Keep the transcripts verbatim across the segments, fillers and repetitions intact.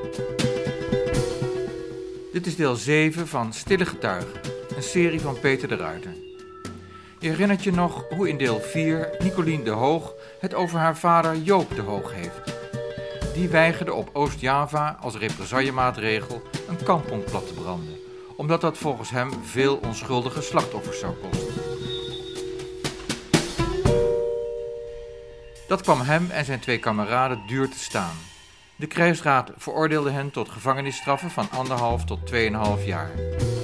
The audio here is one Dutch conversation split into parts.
Dit is deel zeven van Stille Getuigen, een serie van Peter de Ruiter. Je herinnert je nog hoe in deel vier Nicolien de Hoog het over haar vader Joop de Hoog heeft. Die weigerde op Oost-Java als represaillemaatregel een kampong plat te branden, omdat dat volgens hem veel onschuldige slachtoffers zou kosten. Dat kwam hem en zijn twee kameraden duur te staan. De krijgsraad veroordeelde hen tot gevangenisstraffen van anderhalf tot tweeënhalf jaar.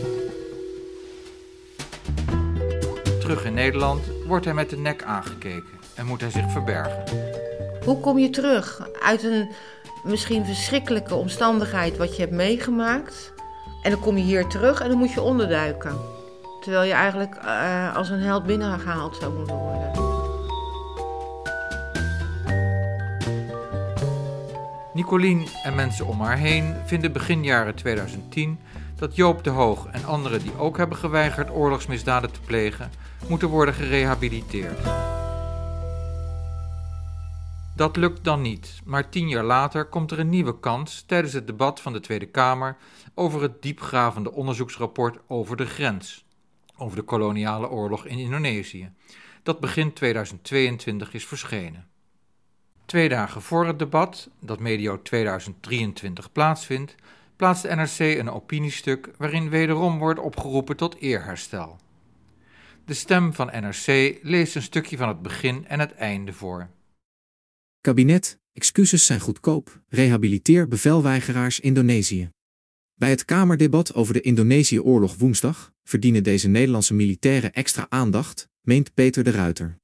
Terug in Nederland wordt hij met de nek aangekeken en moet hij zich verbergen. Hoe kom je terug uit een misschien verschrikkelijke omstandigheid wat je hebt meegemaakt? En dan kom je hier terug en dan moet je onderduiken. Terwijl je eigenlijk uh, als een held binnengehaald zou moeten worden. Nicolien en mensen om haar heen vinden begin jaren tweeduizend tien dat Joop de Hoog en anderen die ook hebben geweigerd oorlogsmisdaden te plegen, moeten worden gerehabiliteerd. Dat lukt dan niet, maar tien jaar later komt er een nieuwe kans tijdens het debat van de Tweede Kamer over het diepgravende onderzoeksrapport over de grens, over de koloniale oorlog in Indonesië, dat begin tweeduizend tweeëntwintig is verschenen. Twee dagen voor het debat, dat medio tweeduizend drieëntwintig plaatsvindt, plaatst de N R C een opiniestuk waarin wederom wordt opgeroepen tot eerherstel. De stem van N R C leest een stukje van het begin en het einde voor. Kabinet, excuses zijn goedkoop, rehabiliteer bevelweigeraars Indonesië. Bij het Kamerdebat over de Indonesië-oorlog woensdag verdienen deze Nederlandse militairen extra aandacht, meent Peter de Ruiter.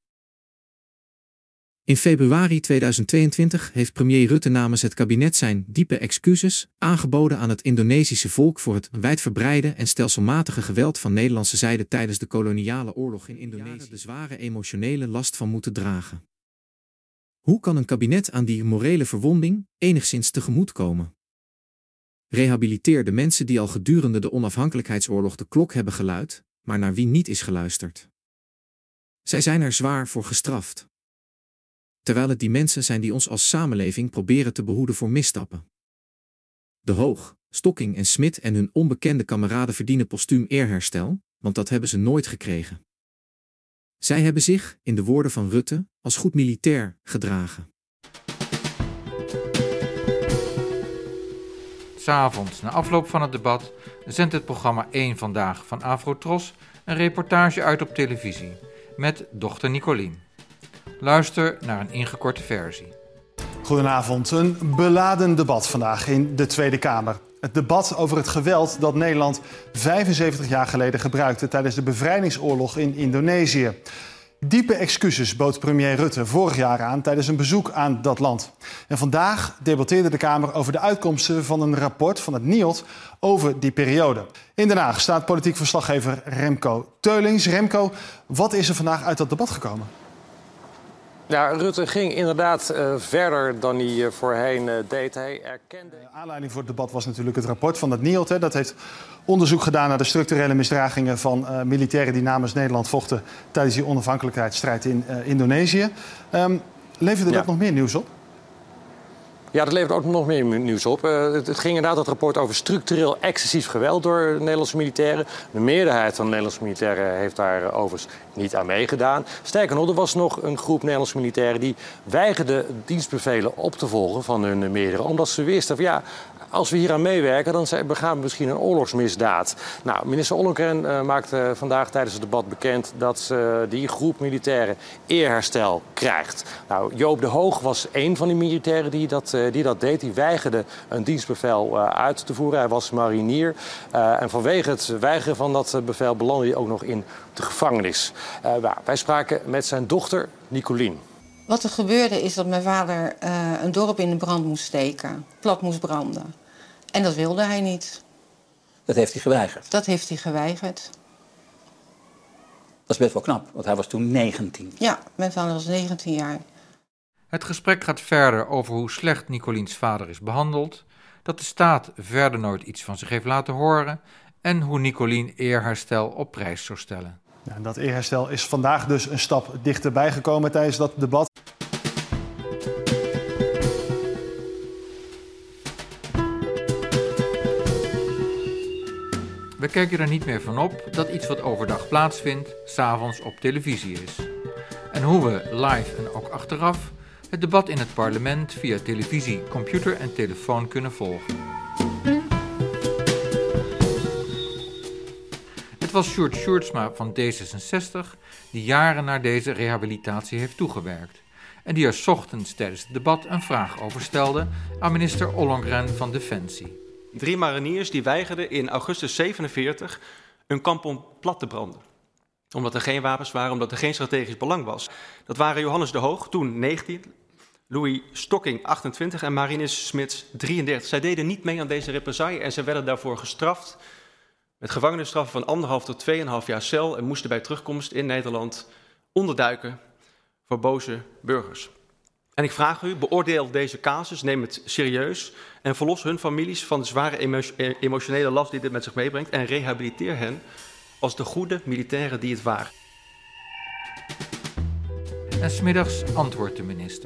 In februari tweeduizend tweeëntwintig heeft premier Rutte namens het kabinet zijn diepe excuses aangeboden aan het Indonesische volk voor het wijdverbreide en stelselmatige geweld van Nederlandse zijde tijdens de koloniale oorlog in Indonesië de zware emotionele last van moeten dragen. Hoe kan een kabinet aan die morele verwonding enigszins tegemoetkomen? Rehabiliteer de mensen die al gedurende de onafhankelijkheidsoorlog de klok hebben geluid, maar naar wie niet is geluisterd. Zij zijn er zwaar voor gestraft. Terwijl het die mensen zijn die ons als samenleving proberen te behoeden voor misstappen. De Hoog, Stokking en Smit en hun onbekende kameraden verdienen postuum eerherstel, want dat hebben ze nooit gekregen. Zij hebben zich, in de woorden van Rutte, als goed militair gedragen. 'S Avonds, na afloop van het debat, zendt het programma één Vandaag van Afrotros een reportage uit op televisie met dochter Nicolien. Luister naar een ingekorte versie. Goedenavond. Een beladen debat vandaag in de Tweede Kamer. Het debat over het geweld dat Nederland vijfenzeventig jaar geleden gebruikte tijdens de bevrijdingsoorlog in Indonesië. Diepe excuses bood premier Rutte vorig jaar aan tijdens een bezoek aan dat land. En vandaag debatteerde de Kamer over de uitkomsten van een rapport van het N I O D over die periode. In Den Haag staat politiek verslaggever Remco Teulings. Remco, wat is er vandaag uit dat debat gekomen? Ja, Rutte ging inderdaad uh, verder dan hij uh, voorheen uh, deed. Hij erkende... De aanleiding voor het debat was natuurlijk het rapport van het N I O D. Hè. Dat heeft onderzoek gedaan naar de structurele misdragingen van uh, militairen die namens Nederland vochten tijdens die onafhankelijkheidsstrijd in uh, Indonesië. Um, leverde dat ja. nog meer nieuws op? Ja, dat levert ook nog meer nieuws op. Uh, het, het ging inderdaad het rapport over structureel excessief geweld door Nederlandse militairen. De meerderheid van de Nederlandse militairen heeft daar uh, overigens niet aan meegedaan. Sterker nog, er was nog een groep Nederlandse militairen die weigerden dienstbevelen op te volgen van hun meerdere. Omdat ze wisten van ja, als we hier aan meewerken, dan begaan we misschien een oorlogsmisdaad. Nou, minister Ollongren uh, maakte vandaag tijdens het debat bekend dat uh, die groep militairen eerherstel krijgt. Nou, Joop de Hoog was één van die militairen die dat, uh, die dat deed. Die weigerde een dienstbevel uh, uit te voeren. Hij was marinier. Uh, en vanwege het weigeren van dat bevel belandde hij ook nog in de gevangenis. Uh, nou, wij spraken met zijn dochter Nicolien. Wat er gebeurde is dat mijn vader uh, een dorp in de brand moest steken. Plat moest branden. En dat wilde hij niet. Dat heeft hij geweigerd? Dat heeft hij geweigerd. Dat is best wel knap, want hij was toen negentien. Ja, mijn vader was negentien jaar. Het gesprek gaat verder over hoe slecht Nicoliens vader is behandeld, dat de staat verder nooit iets van zich heeft laten horen en hoe Nicolien eerherstel op prijs zou stellen. Ja, en dat eerherstel is vandaag dus een stap dichterbij gekomen tijdens dat debat. We kijken er niet meer van op dat iets wat overdag plaatsvindt, 's avonds op televisie is. En hoe we live en ook achteraf het debat in het parlement via televisie, computer en telefoon kunnen volgen. Het was Sjoerd Sjoerdsma van D zesenzestig die jaren naar deze rehabilitatie heeft toegewerkt en die er 's ochtends tijdens het debat een vraag over stelde aan minister Ollongren van Defensie. Drie mariniers die weigerden in augustus zevenenveertig een kampong plat te branden. Omdat er geen wapens waren, omdat er geen strategisch belang was. Dat waren Johannes de Hoog, toen negentien, Louis Stocking, achtentwintig en Marinus Smits, drieëndertig. Zij deden niet mee aan deze represaille en ze werden daarvoor gestraft met gevangenisstraffen van anderhalf tot tweeënhalf jaar cel en moesten bij terugkomst in Nederland onderduiken voor boze burgers. En ik vraag u, beoordeel deze casus, neem het serieus en verlos hun families van de zware emo- emotionele last die dit met zich meebrengt en rehabiliteer hen als de goede militairen die het waren. En 's middags antwoordt de minister.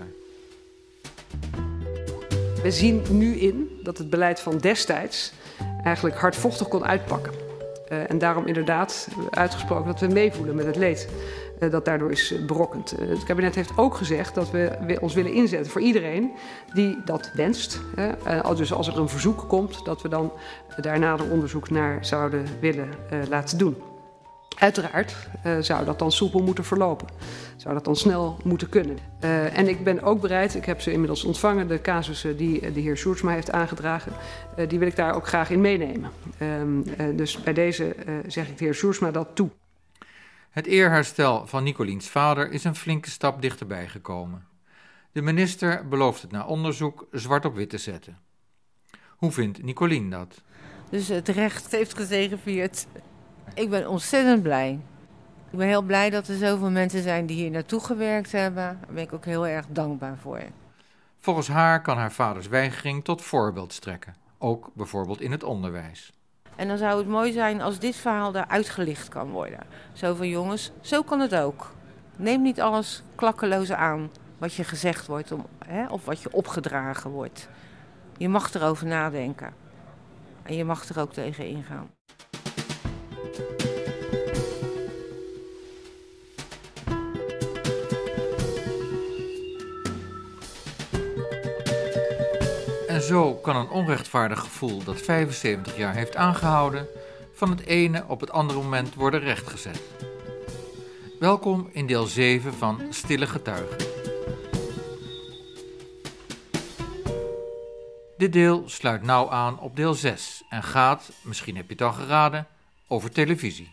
We zien nu in dat het beleid van destijds eigenlijk hardvochtig kon uitpakken. Uh, en daarom inderdaad uitgesproken dat we meevoelen met het leed uh, dat daardoor is berokkend. Uh, het kabinet heeft ook gezegd dat we ons willen inzetten voor iedereen die dat wenst. Uh, uh, dus als er een verzoek komt, dat we dan daar nader onderzoek naar zouden willen uh, laten doen. Uiteraard uh, zou dat dan soepel moeten verlopen. Zou dat dan snel moeten kunnen. Uh, en ik ben ook bereid, ik heb ze inmiddels ontvangen, de casussen die uh, de heer Sjoerdsma heeft aangedragen, uh, die wil ik daar ook graag in meenemen. Uh, uh, dus bij deze uh, zeg ik de heer Sjoerdsma dat toe. Het eerherstel van Nicoliens vader is een flinke stap dichterbij gekomen. De minister belooft het na onderzoek zwart op wit te zetten. Hoe vindt Nicolien dat? Dus het recht heeft gezegevierd. Ik ben ontzettend blij. Ik ben heel blij dat er zoveel mensen zijn die hier naartoe gewerkt hebben. Daar ben ik ook heel erg dankbaar voor. Volgens haar kan haar vaders weigering tot voorbeeld strekken. Ook bijvoorbeeld in het onderwijs. En dan zou het mooi zijn als dit verhaal daar uitgelicht kan worden. Zo van jongens, zo kan het ook. Neem niet alles klakkeloos aan wat je gezegd wordt om, hè, of wat je opgedragen wordt. Je mag erover nadenken. En je mag er ook tegen ingaan. En zo kan een onrechtvaardig gevoel dat vijfenzeventig jaar heeft aangehouden, van het ene op het andere moment worden rechtgezet. Welkom in deel zeven van Stille Getuigen. Dit deel sluit nauw aan op deel zes en gaat, misschien heb je het al geraden, over televisie.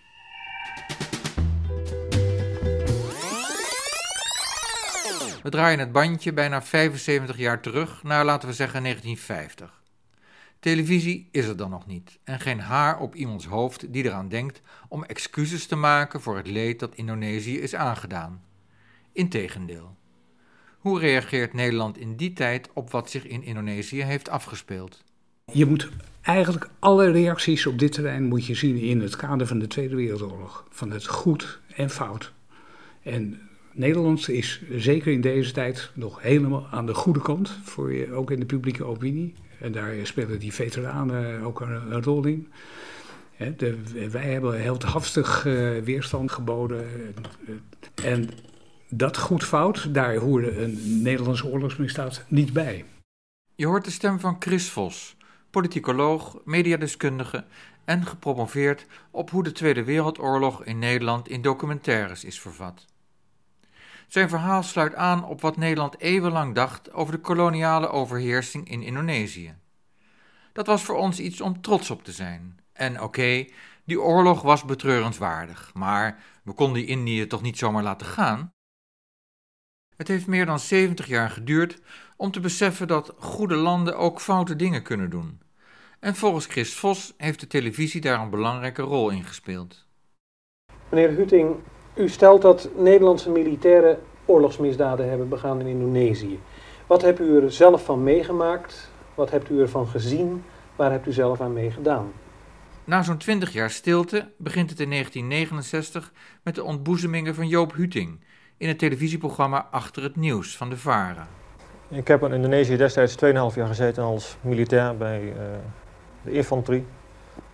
We draaien het bandje bijna vijfenzeventig jaar terug naar, laten we zeggen, negentien vijftig. Televisie is er dan nog niet en geen haar op iemands hoofd die eraan denkt om excuses te maken voor het leed dat Indonesië is aangedaan. Integendeel. Hoe reageert Nederland in die tijd op wat zich in Indonesië heeft afgespeeld? Je moet eigenlijk alle reacties op dit terrein moet je zien in het kader van de Tweede Wereldoorlog. Van het goed en fout. En Nederland is zeker in deze tijd nog helemaal aan de goede kant, voor je, ook in de publieke opinie. En daar spelen die veteranen ook een, een rol in. He, de, wij hebben heldhaftig uh, weerstand geboden. En dat goed-fout, daar hoorde een Nederlandse oorlogsmisdaad niet bij. Je hoort de stem van Chris Vos, politicoloog, mediadeskundige en gepromoveerd op hoe de Tweede Wereldoorlog in Nederland in documentaires is vervat. Zijn verhaal sluit aan op wat Nederland eeuwenlang dacht over de koloniale overheersing in Indonesië. Dat was voor ons iets om trots op te zijn. En oké, okay, die oorlog was betreurenswaardig, maar we konden die Indië toch niet zomaar laten gaan? Het heeft meer dan zeventig jaar geduurd om te beseffen dat goede landen ook foute dingen kunnen doen. En volgens Chris Vos heeft de televisie daar een belangrijke rol in gespeeld. Meneer Hutting, u stelt dat Nederlandse militairen oorlogsmisdaden hebben begaan in Indonesië. Wat hebt u er zelf van meegemaakt? Wat hebt u ervan gezien? Waar hebt u zelf aan meegedaan? Na zo'n twintig jaar stilte begint het in negentien negenenzestig met de ontboezemingen van Joop Hutting in het televisieprogramma Achter het Nieuws van de VARA. Ik heb in Indonesië destijds tweeënhalf jaar gezeten als militair bij uh, de infanterie.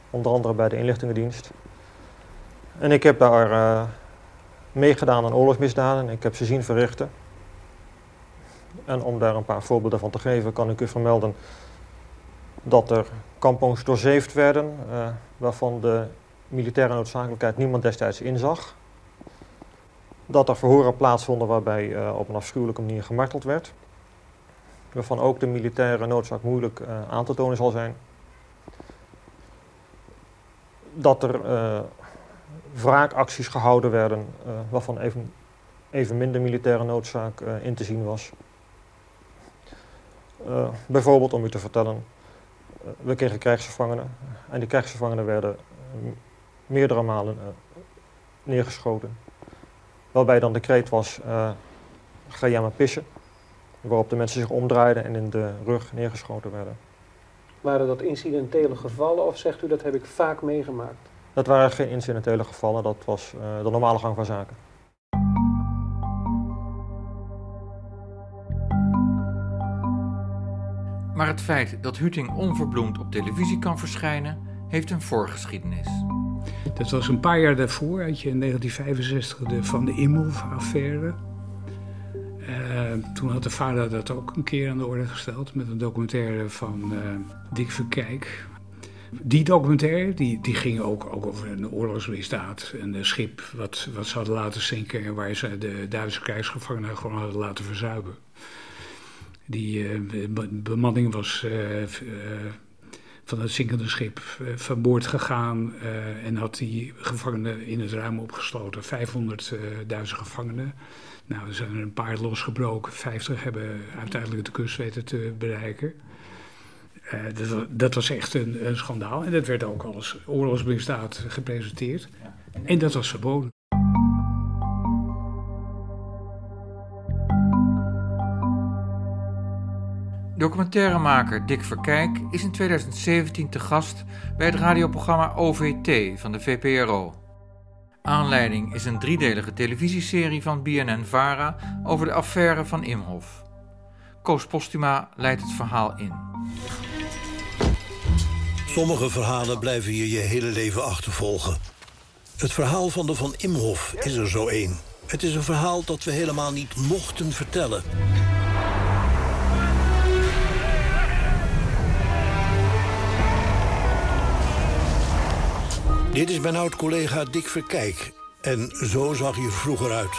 onder andere bij de inlichtingendienst. En ik heb daar uh, meegedaan aan oorlogsmisdaden. Ik heb ze zien verrichten. En om daar een paar voorbeelden van te geven, kan ik u vermelden dat er kampongs doorzeefd werden, uh, waarvan de militaire noodzakelijkheid niemand destijds inzag. Dat er verhoren plaatsvonden waarbij uh, op een afschuwelijke manier gemarteld werd. Waarvan ook de militaire noodzaak moeilijk uh, aan te tonen zal zijn. Dat er uh, wraakacties gehouden werden, uh, waarvan even, even minder militaire noodzaak uh, in te zien was. Uh, bijvoorbeeld, om u te vertellen, uh, we kregen krijgsgevangenen. En die krijgsgevangenen werden uh, meerdere malen uh, neergeschoten. Waarbij dan de kreet was, uh, ga jij maar pissen. Waarop de mensen zich omdraaiden en in de rug neergeschoten werden. Waren dat incidentele gevallen of zegt u dat heb ik vaak meegemaakt? Dat waren geen incidentele gevallen, dat was uh, de normale gang van zaken. Maar het feit dat Hutting onverbloemd op televisie kan verschijnen, heeft een voorgeschiedenis. Dat was een paar jaar daarvoor, had je in negentien vijfenzestig de Van de Imhoff-affaire. Uh, toen had de vader dat ook een keer aan de orde gesteld met een documentaire van uh, Dick Verkijk. Die documentaire die, die ging ook, ook over een oorlogsmisdaad. Een schip wat, wat ze hadden laten zinken en waar ze de Duitse krijgsgevangenen gewoon hadden laten verzuipen. Die uh, bemanning was uh, uh, van het zinkende schip uh, van boord gegaan uh, en had die gevangenen in het ruim opgesloten. vijfhonderd uh, Duitse gevangenen. Nou, er zijn er een paar losgebroken, vijftig hebben uiteindelijk de kust weten te bereiken. Uh, dat, dat was echt een, een schandaal en dat werd ook als oorlogsmisdaad gepresenteerd. Ja. En dat was verboden. Documentairemaker Dick Verkijk is in tweeduizend zeventien te gast bij het radioprogramma O V T van de V P R O. Aanleiding is een driedelige televisieserie van B N N-Vara over de affaire van Imhoff. Koos Postuma leidt het verhaal in. Sommige verhalen blijven je je hele leven achtervolgen. Het verhaal van de Van Imhoff is er zo één. Het is een verhaal dat we helemaal niet mochten vertellen. Dit is mijn oud-collega Dick Verkijk. En zo zag hij er vroeger uit.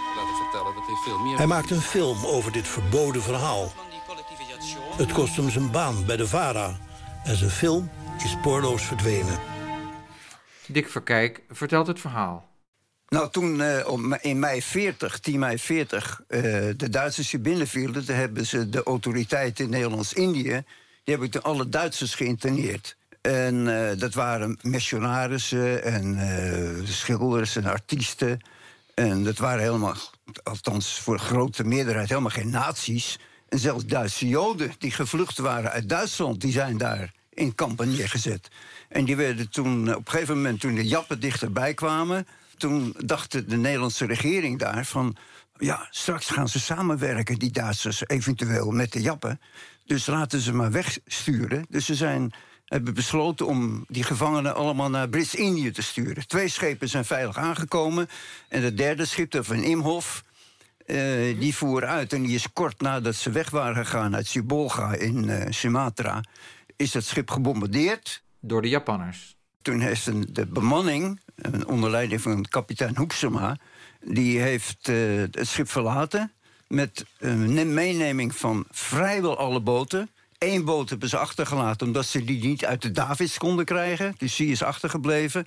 Hij maakt een film over dit verboden verhaal. Het kost hem zijn baan bij de VARA. En zijn film is spoorloos verdwenen. Dick Verkijk vertelt het verhaal. Nou, toen uh, in mei veertig, tien mei veertig, uh, de Duitsers hier binnenvielen, toen hebben ze de autoriteiten in Nederlands-Indië, die hebben toen alle Duitsers geïnterneerd. En uh, dat waren missionarissen en uh, schilders en artiesten. En dat waren helemaal, althans voor de grote meerderheid, helemaal geen nazi's. En zelfs Duitse Joden die gevlucht waren uit Duitsland, die zijn daar in kampen neergezet. En die werden toen, op een gegeven moment, toen de Jappen dichterbij kwamen, toen dacht de Nederlandse regering daar van, ja, straks gaan ze samenwerken, die Duitsers, eventueel met de Jappen. Dus laten ze maar wegsturen. Dus ze zijn, hebben besloten om die gevangenen allemaal naar Brits-Indië te sturen. Twee schepen zijn veilig aangekomen. En het derde schip, dat van Imhoff, uh, die voer uit. En die is kort nadat ze weg waren gegaan uit Sibolga in uh, Sumatra, is dat schip gebombardeerd. Door de Japanners. Toen heeft een, de bemanning, onder leiding van kapitein Hoeksema, die heeft uh, het schip verlaten met een meeneming van vrijwel alle boten. Eén boot hebben ze achtergelaten omdat ze die niet uit de Davids konden krijgen. Dus die is achtergebleven.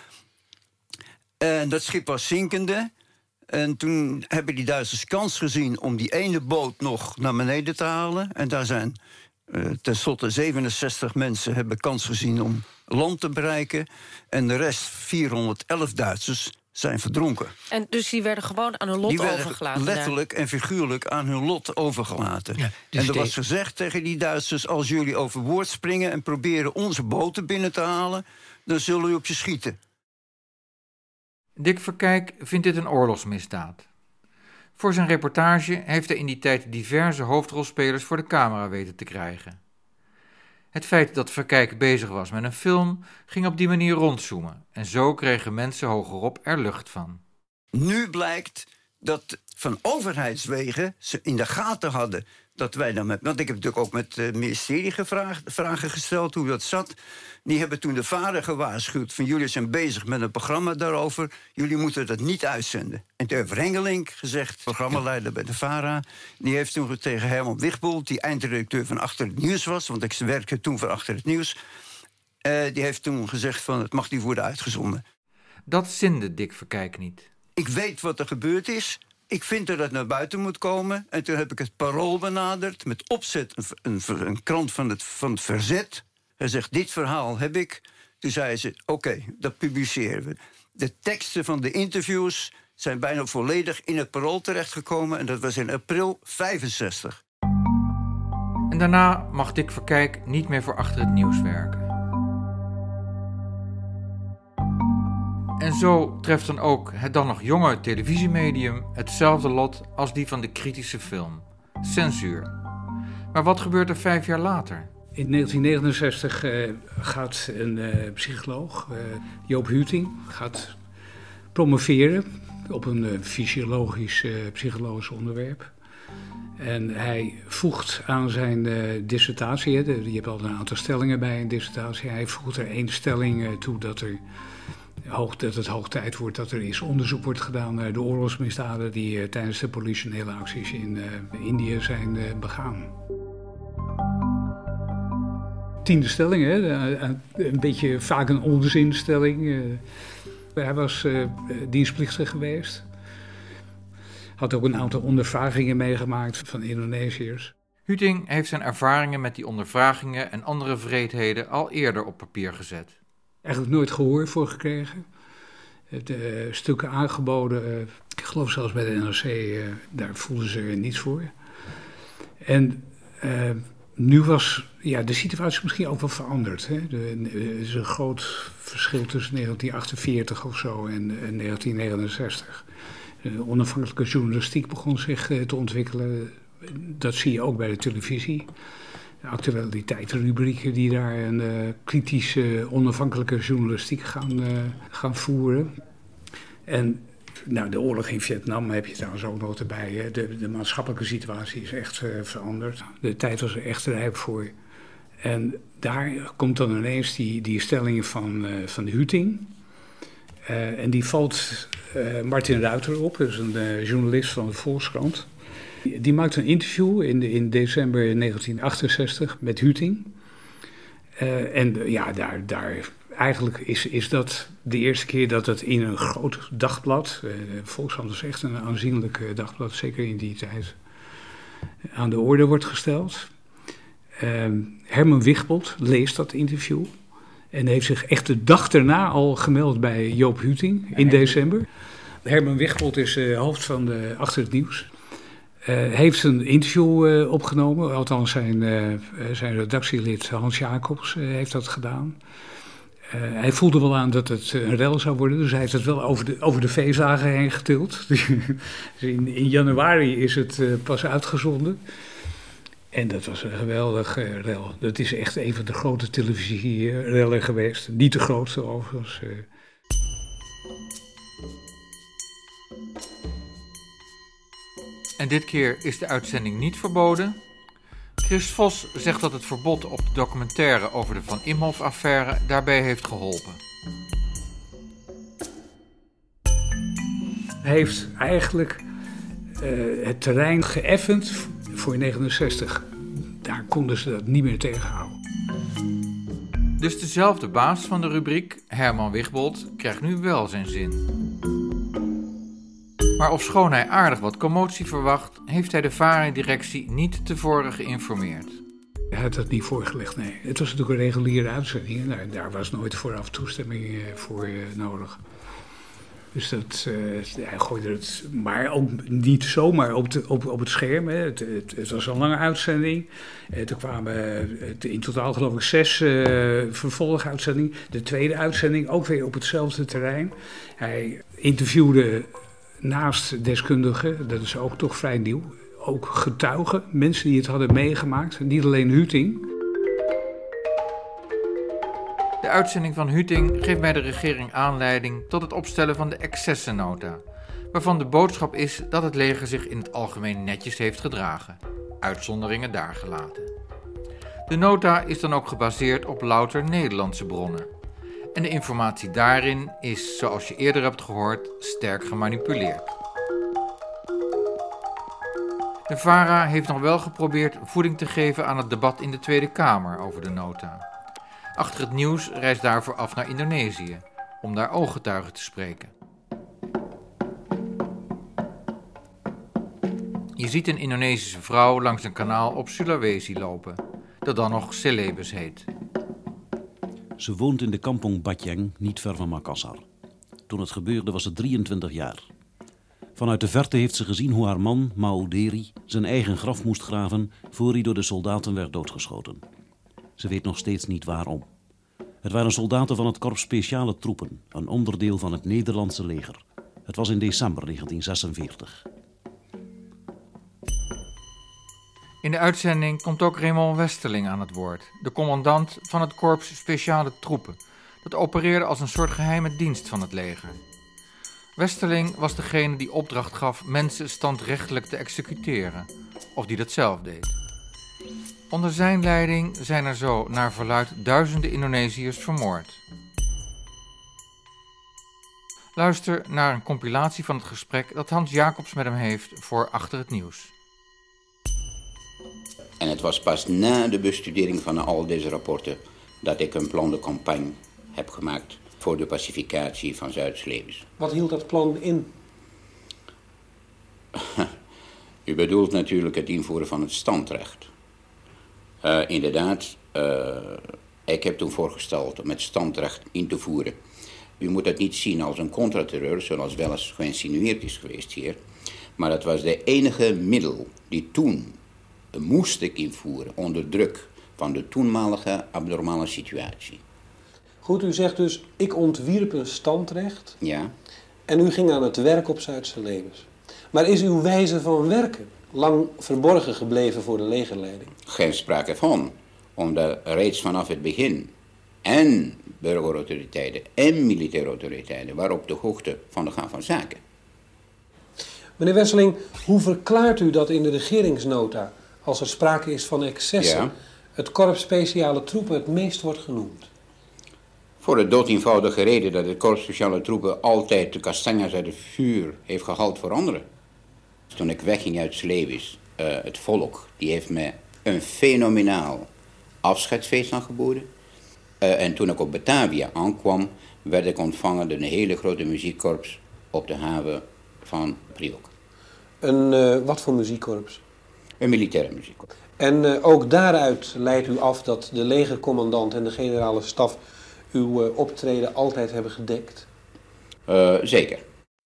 En dat schip was zinkende. En toen hebben die Duitsers kans gezien om die ene boot nog naar beneden te halen. En daar zijn uh, tenslotte zevenenzestig mensen hebben kans gezien om land te bereiken. En de rest, vierhonderdelf Duitsers, zijn verdronken. En dus die werden gewoon aan hun lot die overgelaten? Die werden letterlijk en figuurlijk aan hun lot overgelaten. Ja, dus en er was gezegd tegen die Duitsers, als jullie overboord springen en proberen onze boten binnen te halen, dan zullen we op je schieten. Dick Verkijk vindt dit een oorlogsmisdaad. Voor zijn reportage heeft hij in die tijd diverse hoofdrolspelers voor de camera weten te krijgen. Het feit dat Verkijk bezig was met een film ging op die manier rondzoomen. En zo kregen mensen hogerop er lucht van. Nu blijkt dat van overheidswegen ze in de gaten hadden dat wij dan met... Want ik heb natuurlijk ook met het ministerie gevraagd, vragen gesteld hoe dat zat. Die hebben toen de VARA gewaarschuwd van jullie zijn bezig met een programma daarover. Jullie moeten dat niet uitzenden. En toen heeft Rengelink gezegd, programmaleider bij de VARA... die heeft toen tegen Herman Wichtbold, die eindredacteur van Achter het Nieuws was... want ik werkte toen voor Achter het Nieuws... Uh, die heeft toen gezegd van het mag niet worden uitgezonden. Dat zinde Dick Verkijk niet. Ik weet wat er gebeurd is. Ik vind dat het naar buiten moet komen. En toen heb ik het Parool benaderd. Met opzet een, een, een krant van het, van het Verzet. Hij zegt, dit verhaal heb ik. Toen zei ze, oké, okay, dat publiceren we. De teksten van de interviews zijn bijna volledig in het Parool terechtgekomen. En dat was in april vijfenzestig. En daarna mag Dick Verkijk niet meer voor Achter het Nieuws werken. En zo treft dan ook het dan nog jonge televisiemedium hetzelfde lot als die van de kritische film. Censuur. Maar wat gebeurt er vijf jaar later? In negentien negenenzestig uh, gaat een uh, psycholoog, uh, Joop Huting, gaat promoveren op een uh, fysiologisch uh, psychologisch onderwerp. En hij voegt aan zijn uh, dissertatie, hè, de, je hebt al een aantal stellingen bij een dissertatie, hij voegt er één stelling uh, toe dat er... Hoog, dat het hoog tijd wordt dat er eens onderzoek wordt gedaan naar de oorlogsmisdaden die uh, tijdens de politionele acties in uh, Indië zijn uh, begaan. Tiende stelling, hè? Uh, een beetje vaak een onzinstelling. Uh, hij was uh, dienstplichtig geweest. Had ook een aantal ondervragingen meegemaakt van Indonesiërs. Huting heeft zijn ervaringen met die ondervragingen en andere wreedheden al eerder op papier gezet. Eigenlijk nooit gehoor voor gekregen. De stukken aangeboden, uh, ik geloof zelfs bij de N R C, uh, daar voelden ze er niets voor. En uh, nu was ja, de situatie misschien ook wel veranderd. Hè? De, er is een groot verschil tussen negentien achtenveertig of zo en uh, negentien negenenzestig. De onafhankelijke journalistiek begon zich uh, te ontwikkelen. Dat zie je ook bij de televisie. De actualiteitsrubrieken die daar een uh, kritische, onafhankelijke journalistiek gaan, uh, gaan voeren. En nou, de oorlog in Vietnam heb je trouwens ook nog erbij. Hè. De, de maatschappelijke situatie is echt uh, veranderd. De tijd was er echt rijp voor. En daar komt dan ineens die, die stelling van, uh, van de Huting. Uh, en die valt uh, Martin Ruiter op, dat is een uh, journalist van de Volkskrant. Die maakt een interview in, in december negentien achtenzestig met Huting. Uh, en uh, ja, daar, daar eigenlijk is, is dat de eerste keer dat het in een groot dagblad... Uh, Volkskrant is echt een aanzienlijk uh, dagblad, zeker in die tijd, aan de orde wordt gesteld. Uh, Herman Wichtbold leest dat interview en heeft zich echt de dag erna al gemeld bij Joop Huting in december. Herman Wichtbold is uh, hoofd van de Achter het Nieuws. Uh, heeft een interview uh, opgenomen, althans zijn, uh, zijn redactielid Hans Jacobs uh, heeft dat gedaan. Uh, hij voelde wel aan dat het een rel zou worden, dus hij heeft het wel over de, over de feestdagen heen getild. Dus in, in januari is het uh, pas uitgezonden. En dat was een geweldig uh, rel. Dat is echt een van de grote televisierellen geweest. Niet de grootste overigens. Uh. En dit keer is de uitzending niet verboden. Chris Vos zegt dat het verbod op de documentaire over de Van Imhoff-affaire daarbij heeft geholpen. Hij heeft eigenlijk uh, het terrein geëffend voor negenenzestig. Daar konden ze dat niet meer tegenhouden. Dus dezelfde baas van de rubriek, Herman Wichtbold, krijgt nu wel zijn zin. Maar ofschoon hij aardig wat commotie verwacht, heeft hij de VARA-directie niet tevoren geïnformeerd. Hij had dat niet voorgelegd, nee. Het was natuurlijk een reguliere uitzending en daar, daar was nooit vooraf toestemming uh, voor uh, nodig. Dus dat, uh, hij gooide het, maar ook niet zomaar op, de, op, op het scherm. Hè. Het, het, het was een lange uitzending. Uh, er kwamen uh, in totaal geloof ik zes uh, vervolguitzendingen. De tweede uitzending ook weer op hetzelfde terrein. Hij interviewde naast deskundigen, dat is ook toch vrij nieuw, ook getuigen, mensen die het hadden meegemaakt. Niet alleen Huting. De uitzending van Huting geeft bij de regering aanleiding tot het opstellen van de excessennota, waarvan de boodschap is dat het leger zich in het algemeen netjes heeft gedragen, uitzonderingen daargelaten. De nota is dan ook gebaseerd op louter Nederlandse bronnen. En de informatie daarin is, zoals je eerder hebt gehoord, sterk gemanipuleerd. De VARA heeft nog wel geprobeerd voeding te geven aan het debat in de Tweede Kamer over de nota. Achter het nieuws reist daarvoor af naar Indonesië, om daar ooggetuigen te spreken. Je ziet een Indonesische vrouw langs een kanaal op Sulawesi lopen, dat dan nog Celebes heet. Ze woont in de kampong Batjeng, niet ver van Makassar. Toen het gebeurde was ze drieëntwintig jaar. Vanuit de verte heeft ze gezien hoe haar man, Mauderi, zijn eigen graf moest graven voor hij door de soldaten werd doodgeschoten. Ze weet nog steeds niet waarom. Het waren soldaten van het Korps Speciale Troepen, een onderdeel van het Nederlandse leger. Het was in december negentien zesenveertig. In de uitzending komt ook Raymond Westerling aan het woord, de commandant van het Korps Speciale Troepen, dat opereerde als een soort geheime dienst van het leger. Westerling was degene die opdracht gaf mensen standrechtelijk te executeren, of die dat zelf deed. Onder zijn leiding zijn er zo naar verluidt duizenden Indonesiërs vermoord. Luister naar een compilatie van het gesprek dat Hans Jacobs met hem heeft voor Achter het Nieuws. En het was pas na de bestudering van al deze rapporten dat ik een plan de campagne heb gemaakt voor de pacificatie van Zuid-Celebes. Wat hield dat plan in? U bedoelt natuurlijk het invoeren van het standrecht. Uh, inderdaad, uh, ik heb toen voorgesteld om het standrecht in te voeren. U moet het niet zien als een contraterreur, zoals wel eens geïnsinueerd is geweest hier. Maar dat was de enige middel die toen moest ik invoeren onder druk van de toenmalige abnormale situatie. Goed, u zegt dus, ik ontwierp een standrecht. Ja. En u ging aan het werk op Zuid-Celebes. Maar is uw wijze van werken lang verborgen gebleven voor de legerleiding? Geen sprake van, omdat reeds vanaf het begin en burgerautoriteiten en militaire autoriteiten waren op de hoogte van de gang van zaken. Meneer Westerling, hoe verklaart u dat in de regeringsnota, als er sprake is van excessen, ja, het Korps Speciale Troepen het meest wordt genoemd? Voor de doodeenvoudige reden dat het Korps Speciale Troepen altijd de kastanjes uit het vuur heeft gehaald voor anderen. Toen ik wegging uit Celebes, uh, het volk, die heeft me een fenomenaal afscheidsfeest aangeboden. Uh, en toen ik op Batavia aankwam, werd ik ontvangen door een hele grote muziekkorps op de haven van Priok. Een, uh, wat voor muziekkorps? Een militaire muziekkorps. En uh, ook daaruit leidt u af dat de legercommandant en de generale staf uw uh, optreden altijd hebben gedekt? Uh, zeker.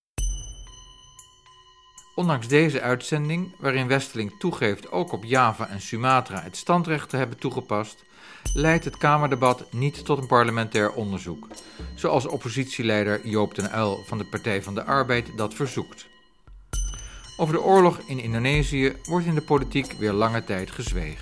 Ondanks deze uitzending, waarin Westerling toegeeft ook op Java en Sumatra het standrecht te hebben toegepast, leidt het Kamerdebat niet tot een parlementair onderzoek, zoals oppositieleider Joop den Uyl van de Partij van de Arbeid dat verzoekt. Over de oorlog in Indonesië wordt in de politiek weer lange tijd gezwegen.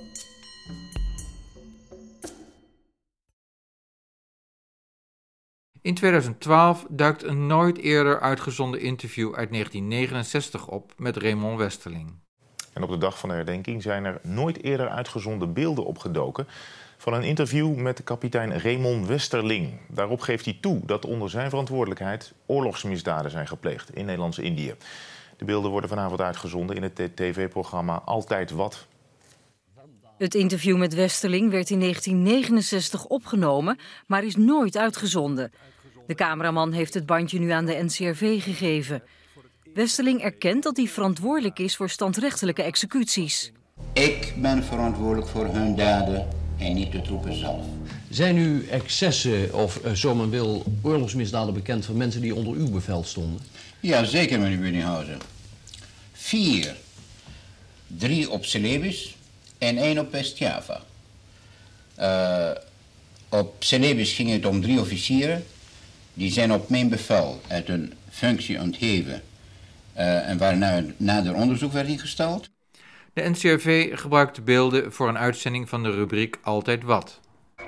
In tweeduizend twaalf duikt een nooit eerder uitgezonden interview uit negentien negenenzestig op met Raymond Westerling. En op de dag van de herdenking zijn er nooit eerder uitgezonden beelden opgedoken van een interview met de kapitein Raymond Westerling. Daarop geeft hij toe dat onder zijn verantwoordelijkheid oorlogsmisdaden zijn gepleegd in Nederlands-Indië. De beelden worden vanavond uitgezonden in het tv-programma Altijd Wat. Het interview met Westerling werd in negentien negenenzestig opgenomen, maar is nooit uitgezonden. De cameraman heeft het bandje nu aan de N C R V gegeven. Westerling erkent dat hij verantwoordelijk is voor standrechtelijke executies. Ik ben verantwoordelijk voor hun daden en niet de troepen zelf. Zijn nu excessen of, uh, zo men wil, oorlogsmisdaden bekend van mensen die onder uw bevel stonden? Ja, zeker, meneer Buninghausen. Vier. Drie op Celebes en één op West-Java. Uh, op Celebes ging het om drie officieren. Die zijn op mijn bevel uit hun functie ontheven uh, en waarna nader onderzoek werd ingesteld. De N C R V gebruikt de beelden voor een uitzending van de rubriek Altijd Wat.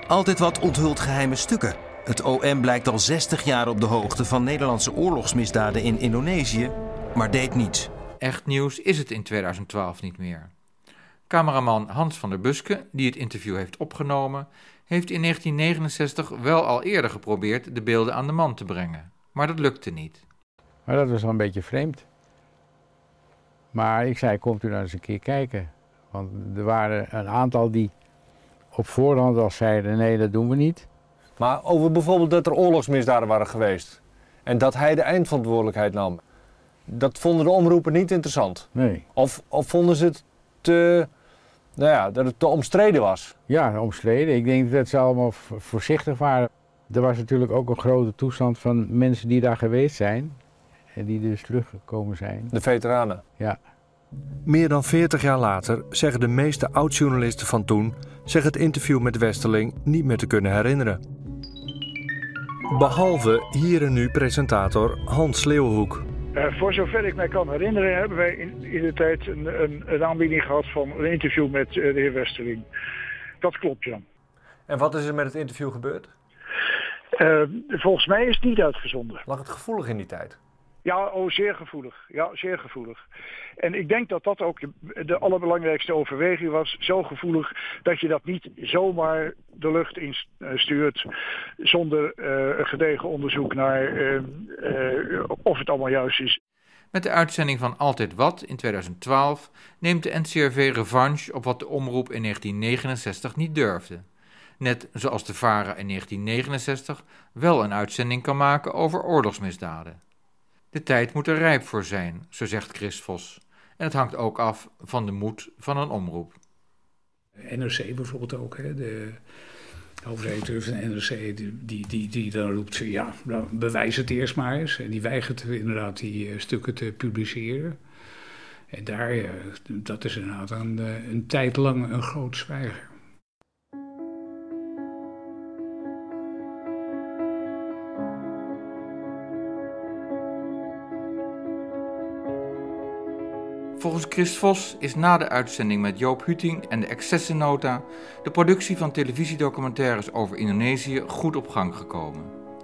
Altijd Wat onthult geheime stukken. Het O M blijkt al zestig jaar op de hoogte van Nederlandse oorlogsmisdaden in Indonesië, maar deed niets. Echt nieuws is het in tweeduizend twaalf niet meer. Cameraman Hans van der Buske, die het interview heeft opgenomen, heeft in negentien negenenzestig wel al eerder geprobeerd de beelden aan de man te brengen. Maar dat lukte niet. Maar dat was wel een beetje vreemd. Maar ik zei, komt u nou eens een keer kijken. Want er waren een aantal die op voorhand al zeiden, nee, dat doen we niet. Maar over bijvoorbeeld dat er oorlogsmisdaden waren geweest en dat hij de eindverantwoordelijkheid nam, dat vonden de omroepen niet interessant? Nee. Of, of vonden ze het te, nou ja, dat het te omstreden was? Ja, omstreden. Ik denk dat ze allemaal voorzichtig waren. Er was natuurlijk ook een grote toestand van mensen die daar geweest zijn en die dus teruggekomen zijn. De veteranen? Ja. Meer dan veertig jaar later zeggen de meeste oud-journalisten van toen zich het interview met Westerling niet meer te kunnen herinneren. Behalve hier en nu presentator Hans Leeuwenhoek. Uh, voor zover ik mij kan herinneren hebben wij in, in de tijd een, een, een aanbieding gehad van een interview met uh, de heer Westerling. Dat klopt, ja. En wat is er met het interview gebeurd? Uh, volgens mij is het niet uitgezonden. Lag het gevoelig in die tijd? Ja, oh, zeer gevoelig. Ja, zeer gevoelig. En ik denk dat dat ook de, de allerbelangrijkste overweging was. Zo gevoelig dat je dat niet zomaar de lucht in stuurt zonder uh, een gedegen onderzoek naar uh, uh, of het allemaal juist is. Met de uitzending van Altijd Wat in tweeduizend twaalf neemt de N C R V revanche op wat de omroep in negentien negenenzestig niet durfde. Net zoals de VARA in negentien negenenzestig wel een uitzending kan maken over oorlogsmisdaden. De tijd moet er rijp voor zijn, zo zegt Chris Vos. En het hangt ook af van de moed van een omroep. N R C bijvoorbeeld ook, hè? De hoofdredacteur van de N R C die, die, die, die dan roept, ja, nou, bewijs het eerst maar eens. En die weigert inderdaad die uh, stukken te publiceren. En daar, uh, dat is inderdaad een, uh, een tijd lang een groot zwijgen. Volgens Chris Vos is na de uitzending met Joop Huting en de Excessennota de productie van televisiedocumentaires over Indonesië goed op gang gekomen.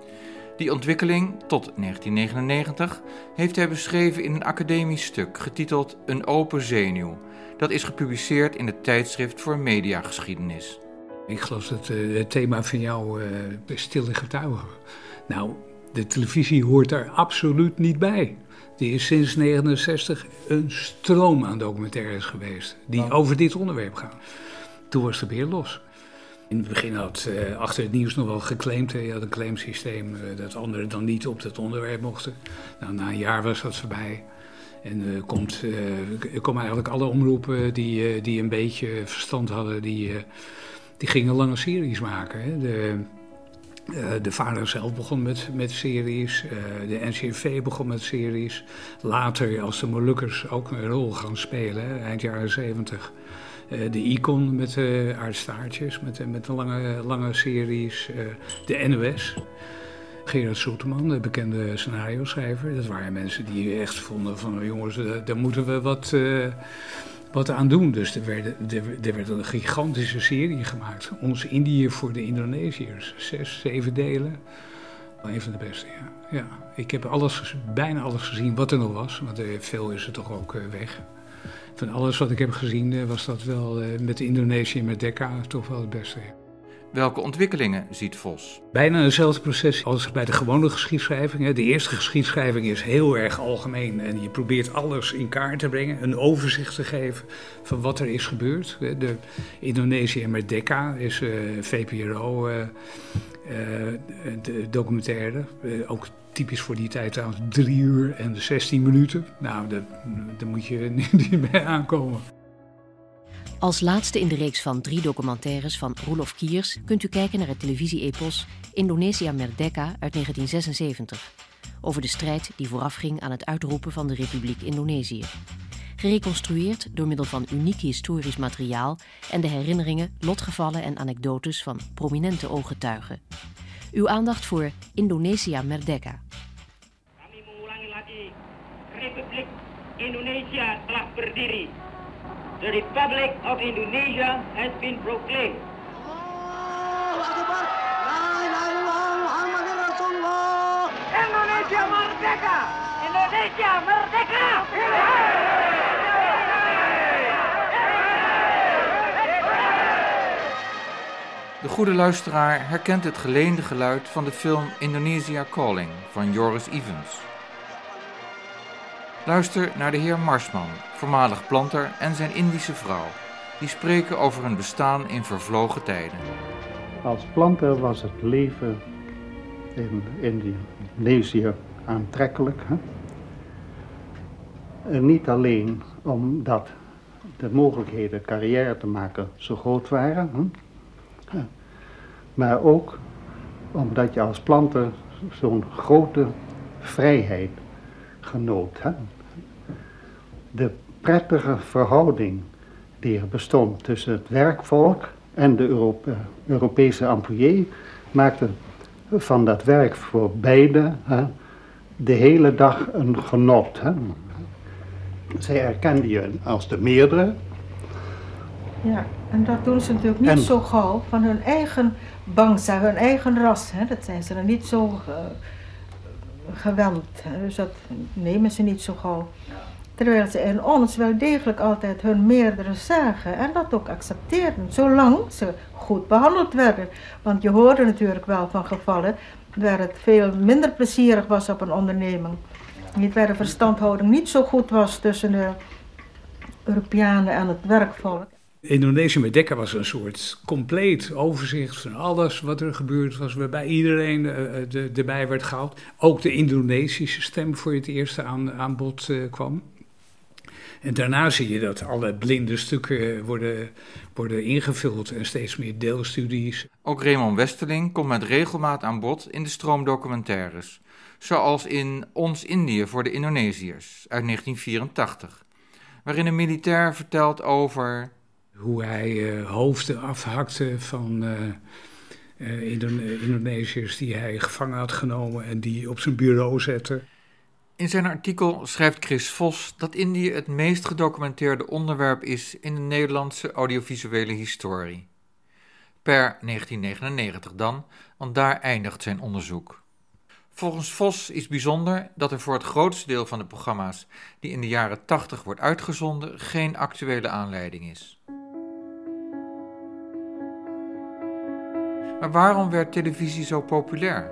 Die ontwikkeling, tot negentien negenennegentig, heeft hij beschreven in een academisch stuk getiteld Een open zenuw. Dat is gepubliceerd in het tijdschrift voor mediageschiedenis. Ik geloof dat uh, het thema van jou uh, stille getuigen. Nou, de televisie hoort daar absoluut niet bij. Er is sinds negentien negenenzestig een stroom aan documentaires geweest die oh. over dit onderwerp gaan. Toen was het weer los. In het begin had uh, achter het nieuws nog wel geclaimd. Je had een claimsysteem uh, dat anderen dan niet op dat onderwerp mochten. Nou, na een jaar was dat voorbij. En uh, komt, uh, er komen eigenlijk alle omroepen die, uh, die een beetje verstand hadden, die, uh, die gingen lange series maken. Hè. De, Uh, de VARA zelf begon met, met series, uh, de N C R V begon met series. Later, als de Molukkers ook een rol gaan spelen, hè, eind jaren zeventig. Uh, de Icon met uh, aardstaartjes, met, met een lange, lange series. Uh, de N O S, Gerard Soeterman, de bekende scenario-schrijver. Dat waren mensen die echt vonden van, jongens, uh, daar moeten we wat... Uh, wat aan doen. Dus er werd, er, er werd een gigantische serie gemaakt. Ons Indië voor de Indonesiërs. Zes, zeven delen. Een van de beste, ja. ja. Ik heb alles, bijna alles gezien wat er nog was. Want uh, veel is er toch ook uh, weg. Van alles wat ik heb gezien uh, was dat wel uh, met Indonesië en met Decca toch wel het beste. Ja. Welke ontwikkelingen ziet Vos? Bijna hetzelfde proces als bij de gewone geschiedschrijving. De eerste geschiedschrijving is heel erg algemeen en je probeert alles in kaart te brengen, een overzicht te geven van wat er is gebeurd. De Indonesië met Decca is uh, V P R O, uh, uh, de documentaire, uh, ook typisch voor die tijd trouwens, drie uur en zestien minuten. Nou, daar moet je niet mee aankomen. Als laatste in de reeks van drie documentaires van Roelof Kiers kunt u kijken naar het televisie-epos Indonesia Merdeka uit negentien zesenzeventig. Over de strijd die voorafging aan het uitroepen van de Republiek Indonesië. Gereconstrueerd door middel van uniek historisch materiaal en de herinneringen, lotgevallen en anekdotes van prominente ooggetuigen. Uw aandacht voor Indonesia Merdeka. Kami mengulangi lagi, Republik Indonesia telah berdiri. The Republic of Indonesia has been proclaimed. Merdeka! Indonesia, merdeka! De goede luisteraar herkent het geleende geluid van de film Indonesia Calling van Joris Ivens. Luister naar de heer Marsman, voormalig planter, en zijn Indische vrouw. Die spreken over hun bestaan in vervlogen tijden. Als planter was het leven in Indonesië aantrekkelijk. Hè? En niet alleen omdat de mogelijkheden carrière te maken zo groot waren. Hè? Maar ook omdat je als planter zo'n grote vrijheid genoot. Hè? De prettige verhouding die er bestond tussen het werkvolk en de Europe- Europese employé maakte van dat werk voor beide hè, de hele dag een genot. Hè. Zij erkenden je als de meerdere. Ja, en dat doen ze natuurlijk niet en, zo gauw van hun eigen bangsa, hun eigen ras. Hè. Dat zijn ze er niet zo uh, gewend. Hè. Dus dat nemen ze niet zo gauw. Terwijl ze in ons wel degelijk altijd hun meerdere zagen en dat ook accepteerden, zolang ze goed behandeld werden. Want je hoorde natuurlijk wel van gevallen waar het veel minder plezierig was op een onderneming. Niet waar de verstandhouding niet zo goed was tussen de Europeanen en het werkvolk. Indonesië Merdeka was een soort compleet overzicht van alles wat er gebeurd was, waarbij iedereen uh, de, erbij werd gehaald. Ook de Indonesische stem voor het eerst aan, aan bod uh, kwam. En daarna zie je dat alle blinde stukken worden, worden ingevuld en steeds meer deelstudies. Ook Raymond Westerling komt met regelmaat aan bod in de stroomdocumentaires. Zoals in Ons Indië voor de Indonesiërs uit negentien vierentachtig. Waarin een militair vertelt over hoe hij uh, hoofden afhakte van uh, uh, Indone- Indonesiërs die hij gevangen had genomen en die op zijn bureau zette. In zijn artikel schrijft Chris Vos dat Indië het meest gedocumenteerde onderwerp is in de Nederlandse audiovisuele historie. Per negentien negenennegentig dan, want daar eindigt zijn onderzoek. Volgens Vos is bijzonder dat er voor het grootste deel van de programma's die in de jaren tachtig wordt uitgezonden geen actuele aanleiding is. Maar waarom werd televisie zo populair?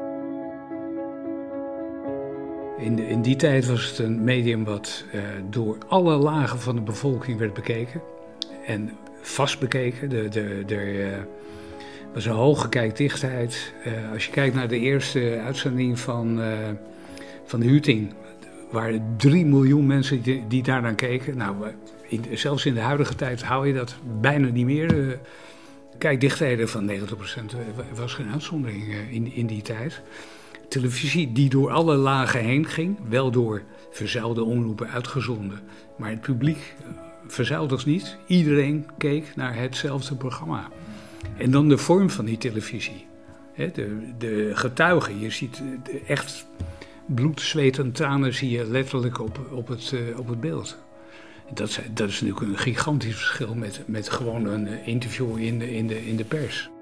In, de, in die tijd was het een medium wat uh, door alle lagen van de bevolking werd bekeken. En vast bekeken. De, de, de, uh, was een hoge kijkdichtheid. Uh, als je kijkt naar de eerste uitzending van, uh, van de Huting, waren drie miljoen mensen die, die daar naar keken. Nou, in, zelfs in de huidige tijd hou je dat bijna niet meer. Uh, kijkdichtheden van negentig procent was geen uitzondering uh, in, in die tijd. Televisie die door alle lagen heen ging, wel door verzuilde omroepen uitgezonden. Maar het publiek verzuilde het niet. Iedereen keek naar hetzelfde programma. En dan de vorm van die televisie. De, de getuigen, je ziet echt bloed, zweet en tranen zie je letterlijk op, op, het, op het beeld. Dat, dat is natuurlijk een gigantisch verschil met, met gewoon een interview in de, in de, in de pers.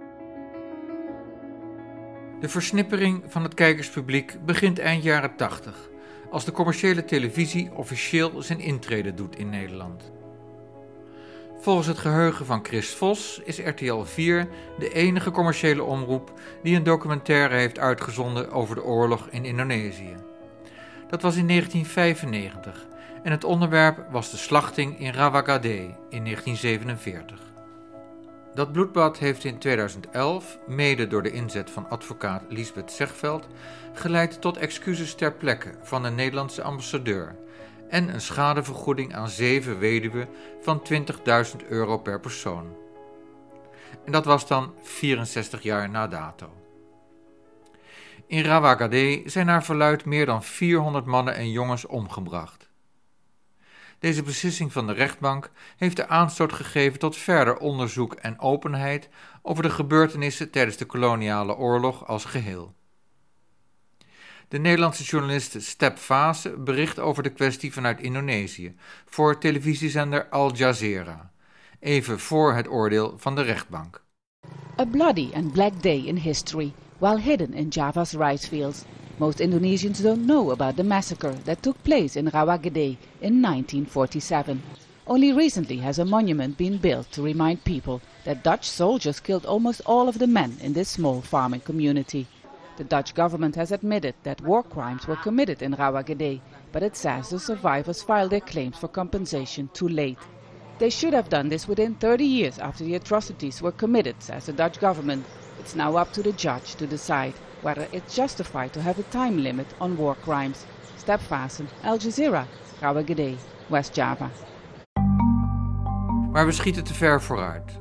De versnippering van het kijkerspubliek begint eind jaren tachtig, als de commerciële televisie officieel zijn intrede doet in Nederland. Volgens het geheugen van Chris Vos is R T L vier de enige commerciële omroep die een documentaire heeft uitgezonden over de oorlog in Indonesië. Dat was in negentien vijfennegentig en het onderwerp was de slachting in Rawagade in negentien zevenenveertig. Dat bloedbad heeft in tweeduizend elf, mede door de inzet van advocaat Liesbeth Zegveld, geleid tot excuses ter plekke van de Nederlandse ambassadeur en een schadevergoeding aan zeven weduwen van twintigduizend euro per persoon. En dat was dan vierenzestig jaar na dato. In Rawagade zijn naar verluidt meer dan vierhonderd mannen en jongens omgebracht. Deze beslissing van de rechtbank heeft de aanstoot gegeven tot verder onderzoek en openheid over de gebeurtenissen tijdens de koloniale oorlog als geheel. De Nederlandse journaliste Step Vase bericht over de kwestie vanuit Indonesië voor televisiezender Al Jazeera, even voor het oordeel van de rechtbank. A bloody and black day in history, while hidden in Java's rice fields. Most Indonesians don't know about the massacre that took place in Rawagede in nineteen forty-seven. Only recently has a monument been built to remind people that Dutch soldiers killed almost all of the men in this small farming community. The Dutch government has admitted that war crimes were committed in Rawagede, but it says the survivors filed their claims for compensation too late. They should have done this within thirty years after the atrocities were committed, says the Dutch government. It's now up to the judge to decide whether it's justified to have a time limit on war crimes. Step Vassen, Al Jazeera, Rawagede, West Java. Maar we schieten te ver vooruit.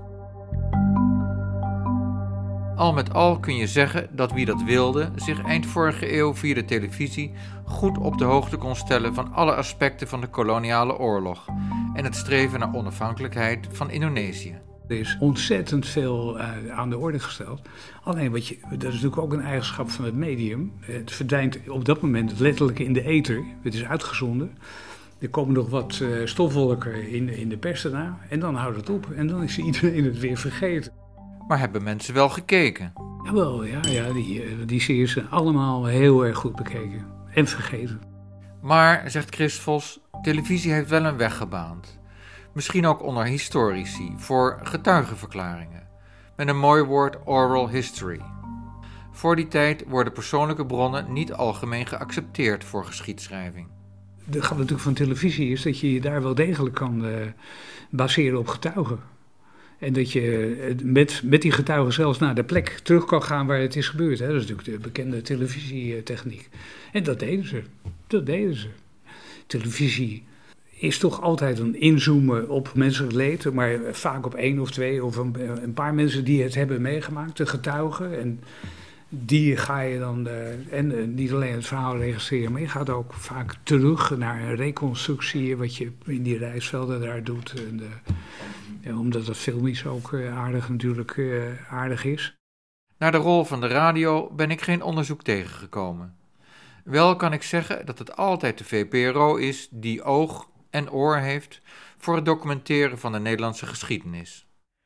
Al met al kun je zeggen dat wie dat wilde zich eind vorige eeuw via de televisie goed op de hoogte kon stellen van alle aspecten van de koloniale oorlog en het streven naar onafhankelijkheid van Indonesië. Er is ontzettend veel uh, aan de orde gesteld. Alleen, wat je, dat is natuurlijk ook een eigenschap van het medium. Het verdwijnt op dat moment letterlijk in de ether. Het is uitgezonden. Er komen nog wat uh, stofwolken in, in de pers daarna. En dan houdt het op. En dan is iedereen het weer vergeten. Maar hebben mensen wel gekeken? Jawel, ja, ja die, die series zijn allemaal heel erg goed bekeken. En vergeten. Maar, zegt Chris Vos, televisie heeft wel een weg gebaand. Misschien ook onder historici, voor getuigenverklaringen. Met een mooi woord oral history. Voor die tijd worden persoonlijke bronnen niet algemeen geaccepteerd voor geschiedschrijving. De grap natuurlijk van televisie is dat je je daar wel degelijk kan uh, baseren op getuigen. En dat je met, met die getuigen zelfs naar de plek terug kan gaan waar het is gebeurd. Hè? Dat is natuurlijk de bekende televisietechniek. En dat deden ze. Dat deden ze. Televisie is toch altijd een inzoomen op menselijk leed, maar vaak op één of twee of een, een paar mensen die het hebben meegemaakt, de getuigen. En die ga je dan, uh, en uh, niet alleen het verhaal registreren, maar je gaat ook vaak terug naar een reconstructie, wat je in die reisvelden daar doet. En, uh, ja, omdat dat filmisch ook uh, aardig natuurlijk uh, aardig is. Naar de rol van de radio ben ik geen onderzoek tegengekomen. Wel kan ik zeggen dat het altijd de V P R O is die oog en oor heeft voor het documenteren van de Nederlandse geschiedenis.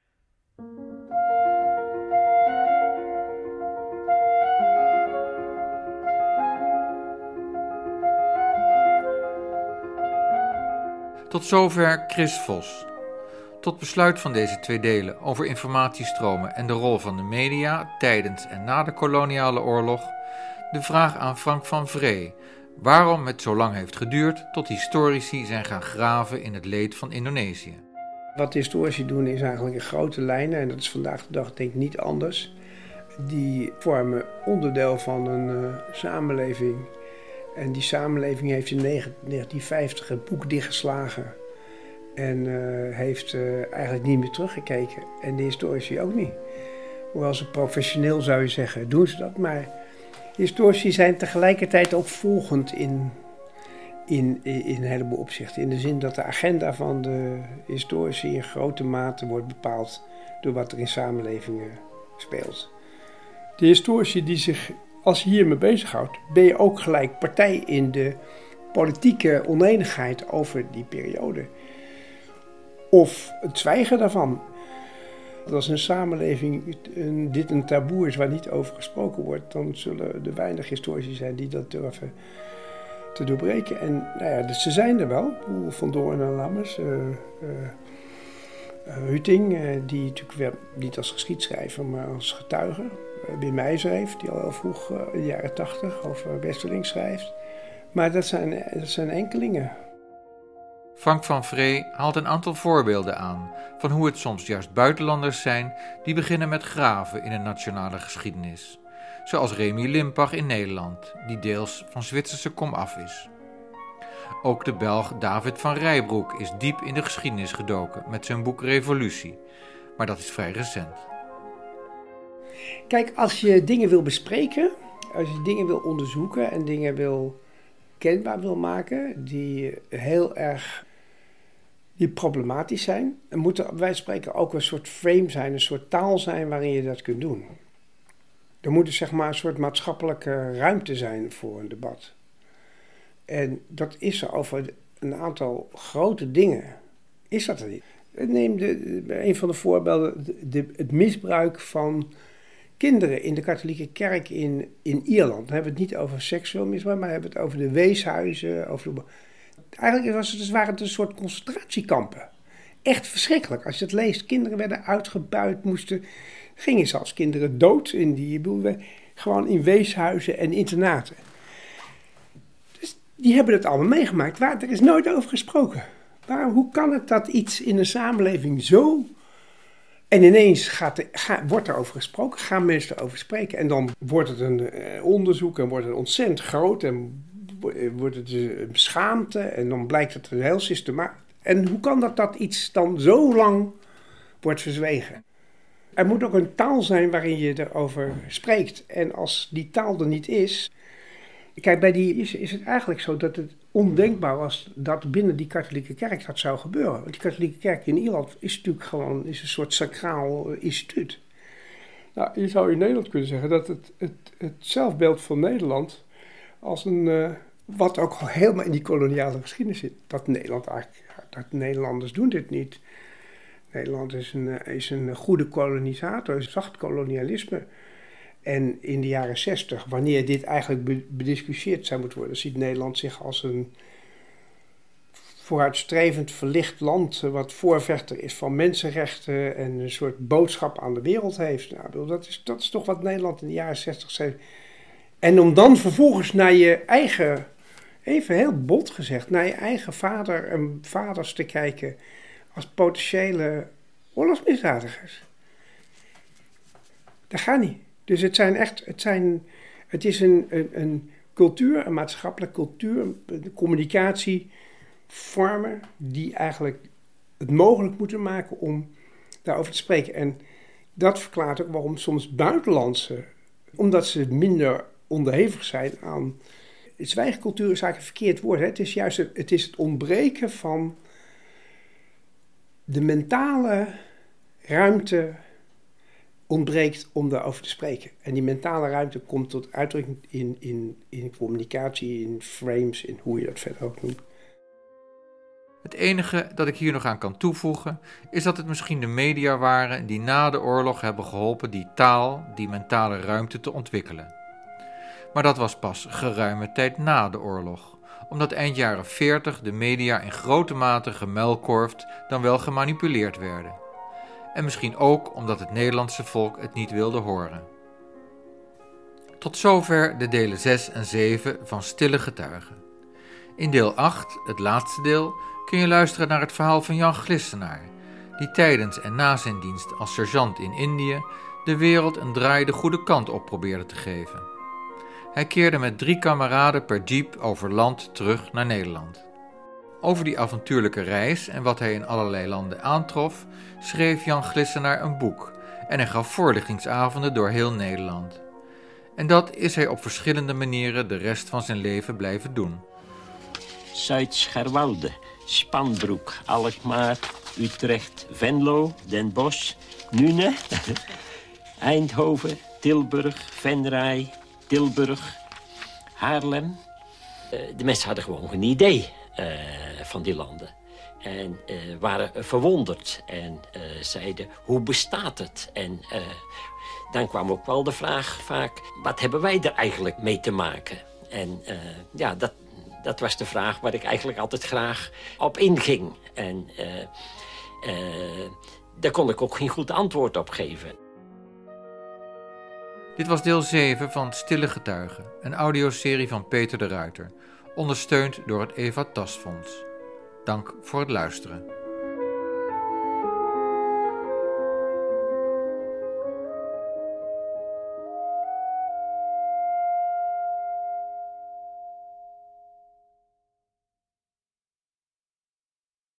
Tot zover Chris Vos. Tot besluit van deze twee delen over informatiestromen en de rol van de media tijdens en na de koloniale oorlog, de vraag aan Frank van Vree waarom het zo lang heeft geduurd tot historici zijn gaan graven in het leed van Indonesië. Wat de historici doen is eigenlijk in grote lijnen, en dat is vandaag de dag denk ik niet anders. Die vormen onderdeel van een uh, samenleving. En die samenleving heeft in negentien vijftig het boek dichtgeslagen. En uh, heeft uh, eigenlijk niet meer teruggekeken. En de historici ook niet. Hoewel ze professioneel zou je zeggen, doen ze dat. Maar historici zijn tegelijkertijd ook volgend in, in, in een heleboel opzichten. In de zin dat de agenda van de historici in grote mate wordt bepaald door wat er in samenlevingen speelt. De historici die zich, als je hiermee bezighoudt, ben je ook gelijk partij in de politieke oneenigheid over die periode. Of het zwijgen daarvan. Als een samenleving een, dit een taboe is waar niet over gesproken wordt, dan zullen er weinig historici zijn die dat durven te doorbreken. En nou ja, dus ze zijn er wel. Van Doorn en Lammers, uh, uh, uh, Huting, uh, die natuurlijk weer niet als geschiedschrijver, maar als getuige. Uh, Wim Meijzer heeft, die al heel vroeg uh, in de jaren tachtig over Westerling schrijft. Maar dat zijn, dat zijn enkelingen. Frank van Vree haalt een aantal voorbeelden aan van hoe het soms juist buitenlanders zijn die beginnen met graven in een nationale geschiedenis. Zoals Remy Limpach in Nederland, die deels van Zwitserse komaf is. Ook de Belg David van Rijbroek is diep in de geschiedenis gedoken met zijn boek Revolutie, maar dat is vrij recent. Kijk, als je dingen wil bespreken, als je dingen wil onderzoeken en dingen wil kenbaar wil maken die heel erg die problematisch zijn, dan moet er, wij spreken, ook een soort frame zijn, een soort taal zijn waarin je dat kunt doen. Er moet dus zeg maar een soort maatschappelijke ruimte zijn voor een debat. En dat is er over een aantal grote dingen. Is dat er niet? Neem de, een van de voorbeelden, de, het misbruik van kinderen in de katholieke kerk in, in Ierland. Dan hebben we het niet over seksueel misbruik, maar we hebben het over de weeshuizen. Over de... Eigenlijk was het, dus waren het een soort concentratiekampen. Echt verschrikkelijk. Als je het leest, kinderen werden uitgebuit, moesten, gingen zelfs kinderen dood in die, gewoon in weeshuizen en internaten. Dus die hebben het allemaal meegemaakt. Waar, er is nooit over gesproken. Waarom, hoe kan het dat iets in een samenleving zo... En ineens gaat er, ga, wordt er over gesproken, gaan mensen erover spreken. En dan wordt het een eh, onderzoek en wordt het ontzettend groot. En wordt het een schaamte en dan blijkt het een heel systematisch. En hoe kan dat dat iets dan zo lang wordt verzwegen? Er moet ook een taal zijn waarin je erover spreekt. En als die taal er niet is... Kijk, bij die is, is het eigenlijk zo dat het ondenkbaar was dat binnen die katholieke kerk dat zou gebeuren. Want die katholieke kerk in Ierland is natuurlijk gewoon is een soort sacraal instituut. Nou, je zou in Nederland kunnen zeggen dat het, het, het zelfbeeld van Nederland als een... Uh, wat ook helemaal in die koloniale geschiedenis zit. Dat Nederland eigenlijk... Dat Nederlanders doen dit niet. Nederland is een, is een goede kolonisator, een zacht kolonialisme. En in de jaren zestig, wanneer dit eigenlijk bediscussieerd zou moeten worden, ziet Nederland zich als een vooruitstrevend, verlicht land, wat voorvechter is van mensenrechten en een soort boodschap aan de wereld heeft. Nou, dat is, dat is toch wat Nederland in de jaren zestig zei. En om dan vervolgens naar je eigen, even heel bot gezegd, naar je eigen vader en vaders te kijken als potentiële oorlogsmisdadigers. Dat gaat niet. Dus het zijn echt, het, zijn, het is een, een, een cultuur, een maatschappelijke cultuur, een communicatievormen die eigenlijk het mogelijk moeten maken om daarover te spreken. En dat verklaart ook waarom soms buitenlandse, omdat ze minder onderhevig zijn aan... Zwijgcultuur is eigenlijk een verkeerd woord. Hè? Het is juist het, het, is het ontbreken van de mentale ruimte ontbreekt om daarover te spreken. En die mentale ruimte komt tot uitdrukking in, in, in communicatie, in frames, in hoe je dat verder ook noemt. Het enige dat ik hier nog aan kan toevoegen is dat het misschien de media waren die na de oorlog hebben geholpen die taal, die mentale ruimte te ontwikkelen. Maar dat was pas geruime tijd na de oorlog, omdat eind jaren veertig de media in grote mate gemuilkorfd dan wel gemanipuleerd werden. En misschien ook omdat het Nederlandse volk het niet wilde horen. Tot zover de delen zes en zeven van Stille Getuigen. In deel acht, het laatste deel, kun je luisteren naar het verhaal van Jan Glissenaar, die tijdens en na zijn dienst als sergeant in Indië de wereld een draai de goede kant op probeerde te geven. Hij keerde met drie kameraden per jeep over land terug naar Nederland. Over die avontuurlijke reis en wat hij in allerlei landen aantrof, schreef Jan Glissenaar een boek en hij gaf voorlichtingsavonden door heel Nederland. En dat is hij op verschillende manieren de rest van zijn leven blijven doen. Zuid-Scherwoude, Spanbroek, Alkmaar, Utrecht, Venlo, Den Bosch, Nune, Eindhoven, Tilburg, Venray, Tilburg, Haarlem. Uh, de mensen hadden gewoon geen idee uh, van die landen. En uh, waren verwonderd en uh, zeiden, hoe bestaat het? En uh, dan kwam ook wel de vraag vaak, wat hebben wij er eigenlijk mee te maken? En uh, ja, dat, dat was de vraag waar ik eigenlijk altijd graag op inging. En uh, uh, daar kon ik ook geen goed antwoord op geven. Dit was deel zeven van Stille Getuigen, een audioserie van Peter de Ruiter, ondersteund door het Eva Tastfonds. Dank voor het luisteren.